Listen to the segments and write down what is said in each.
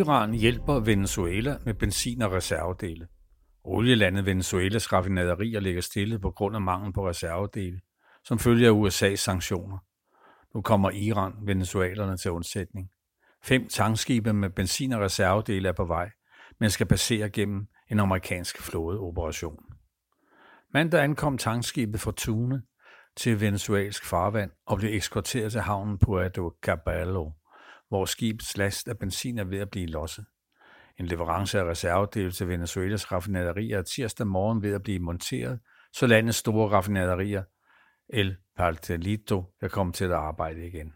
Iran hjælper Venezuela med benzin og reservedele. Olielandet Venezuelas raffinaderier ligger stille på grund af mangel på reservedele, som følge af USA's sanktioner. Nu kommer Iran venezuelerne til undsætning. 5 tankskibe med benzin og reservedele er på vej, men skal passere gennem en amerikansk flådeoperation. Mandag ankom tankskibet Fortuna til venezuelsk farvand og blev eskorteret til havnen Puerto Cabello, hvor skibets last af benzin er ved at blive losset. En leverance af reservedele til Venezuelas raffinaderier er tirsdag morgen ved at blive monteret, så landets store raffinaderier El Paltelito kan komme til at arbejde igen.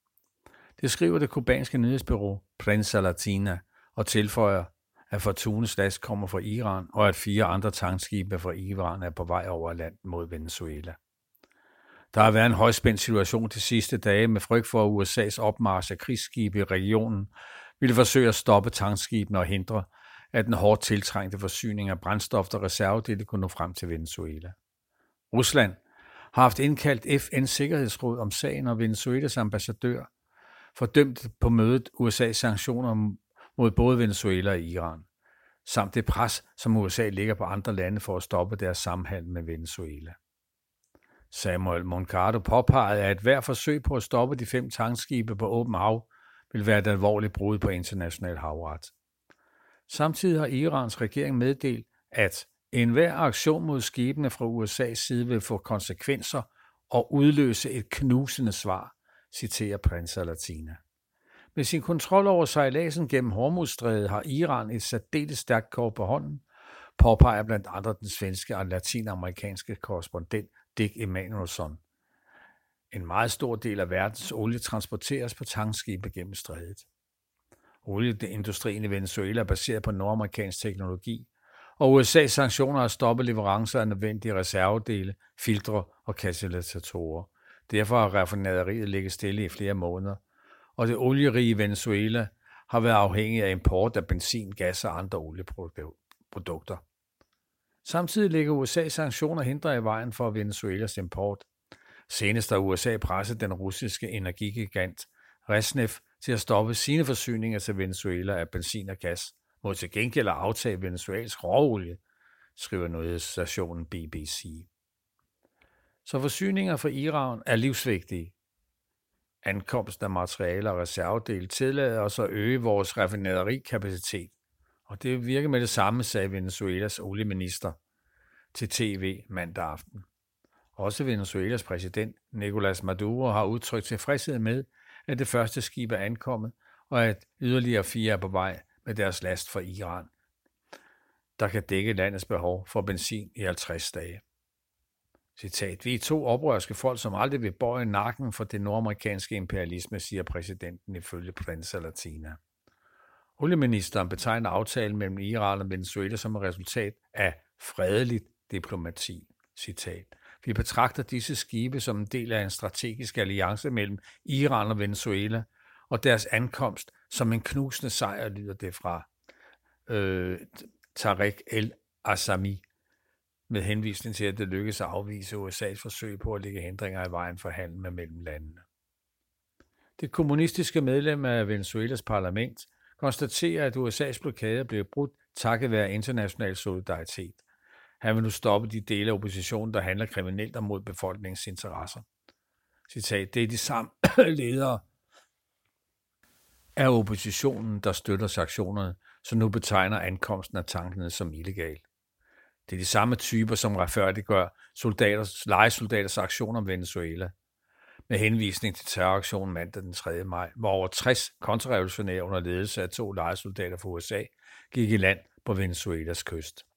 Det skriver det kubanske nyhedsbureau Prensa Latina og tilføjer, at Fortunas last kommer fra Iran, og at 4 andre tankskibe fra Iran er på vej over land mod Venezuela. Der har været en højspændt situation de sidste dage med frygt for, at USA's opmarch af krigsskibe i regionen ville forsøge at stoppe tankskibene og hindre, at den hårdt tiltrængte forsyning af brændstof og reservedele kunne nå frem til Venezuela. Rusland har haft indkaldt FN's Sikkerhedsråd om sagen, og Venezuelas ambassadør fordømte på mødet USA's sanktioner mod både Venezuela og Iran, samt det pres, som USA lægger på andre lande for at stoppe deres samhandel med Venezuela. Samuel Moncada påpegede, at hver forsøg på at stoppe de 5 tankskibe på åben hav vil være et alvorligt brud på international havret. Samtidig har Irans regering meddelt, at enhver aktion mod skibene fra USA's side vil få konsekvenser og udløse et knusende svar, citerer Prensa Latina. Med sin kontrol over sejladsen gennem Hormuzstrædet har Iran et særdeles stærkt kort på hånden, påpeger blandt andre den svenske og latinamerikanske korrespondent Dick Emanuelsson. En meget stor del af verdens olie transporteres på tankskibe gennem strædet. Olieindustrien i Venezuela er baseret på nordamerikansk teknologi, og USA's sanktioner har stoppet leverancer af nødvendige reservedele, filtre og katalysatorer. Derfor har raffinaderiet ligget stille i flere måneder, og det olierige Venezuela har været afhængig af import af benzin, gas og andre olieprodukter. Samtidig ligger USA's sanktioner hindrer i vejen for Venezuelas import. Senest har USA presset den russiske energigigant Rosneft til at stoppe sine forsyninger til Venezuela af benzin og gas, mod til gengæld at aftage Venezuelsk råolie, skriver nyhedsstationen BBC. Så forsyninger fra Iran er livsvigtige. Ankomsten af materialer og reservedele tillader os at øge vores raffinaderikapacitet, og det virker med det samme, sagde Venezuelas olieminister til TV mandag aften. Også Venezuelas præsident Nicolás Maduro har udtrykt tilfredshed med, at det første skib er ankommet, og at yderligere 4 er på vej med deres last fra Iran, der kan dække landets behov for benzin i 50 dage. Citat, vi er 2 oprørske folk, som aldrig vil bøje nakken for det nordamerikanske imperialisme, siger præsidenten ifølge Prensa Latina. Olieministeren betegner aftalen mellem Iran og Venezuela som et resultat af fredeligt diplomati. Citat, vi betragter disse skibe som en del af en strategisk alliance mellem Iran og Venezuela, og deres ankomst som en knusende sejr, lyder det fra Tarek El-Assami, med henvisning til, at det lykkedes at afvise USA's forsøg på at lægge hindringer i vejen for handel med mellemlandene. Det kommunistiske medlem af Venezuelas parlament konstaterer, at USA's blokade blev brudt takket være international solidaritet. Han vil nu stoppe de dele af oppositionen, der handler kriminelt mod befolkningens interesser. Citat, det er de samme ledere af oppositionen, der støtter sanktionerne, så nu betegner ankomsten af tankene som illegal. Det er de samme typer, som retfærdiggør lejesoldaters aktioner om Venezuela, med henvisning til terroraktionen mandag den 3. maj, hvor over 60 kontrarevolutionære under ledelse af 2 lejesoldater fra USA gik i land på Venezuelas kyst.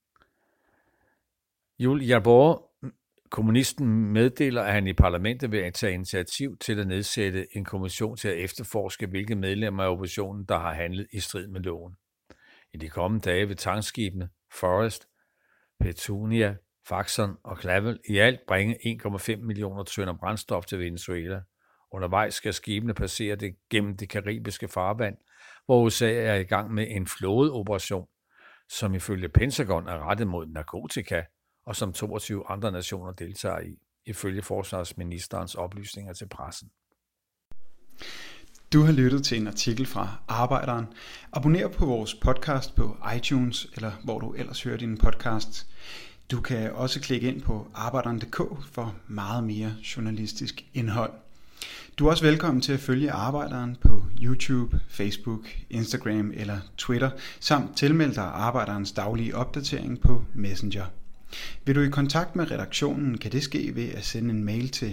Jul Jabor, kommunisten, meddeler, at han i parlamentet vil tage initiativ til at nedsætte en kommission til at efterforske, hvilke medlemmer af oppositionen, der har handlet i strid med loven. I de kommende dage vil tankskibene Forest, Petunia, Faxon og Clavel i alt bringe 1,5 millioner tønder brændstof til Venezuela. Undervejs skal skibene passere det gennem det karibiske farvand, hvor USA er i gang med en flådeoperation, som ifølge Pentagon er rettet mod narkotika, og som 22 andre nationer deltager i, ifølge forsvarsministerens oplysninger til pressen. Du har lyttet til en artikel fra Arbejderen. Abonner på vores podcast på iTunes, eller hvor du ellers hører dine podcasts. Du kan også klikke ind på arbejderen.dk for meget mere journalistisk indhold. Du er også velkommen til at følge Arbejderen på YouTube, Facebook, Instagram eller Twitter, samt tilmelde dig Arbejderens daglige opdatering på Messenger. Vil du i kontakt med redaktionen, kan det ske ved at sende en mail til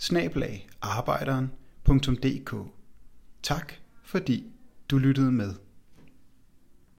redaktion@arbejderen.dk. Tak fordi du lyttede med.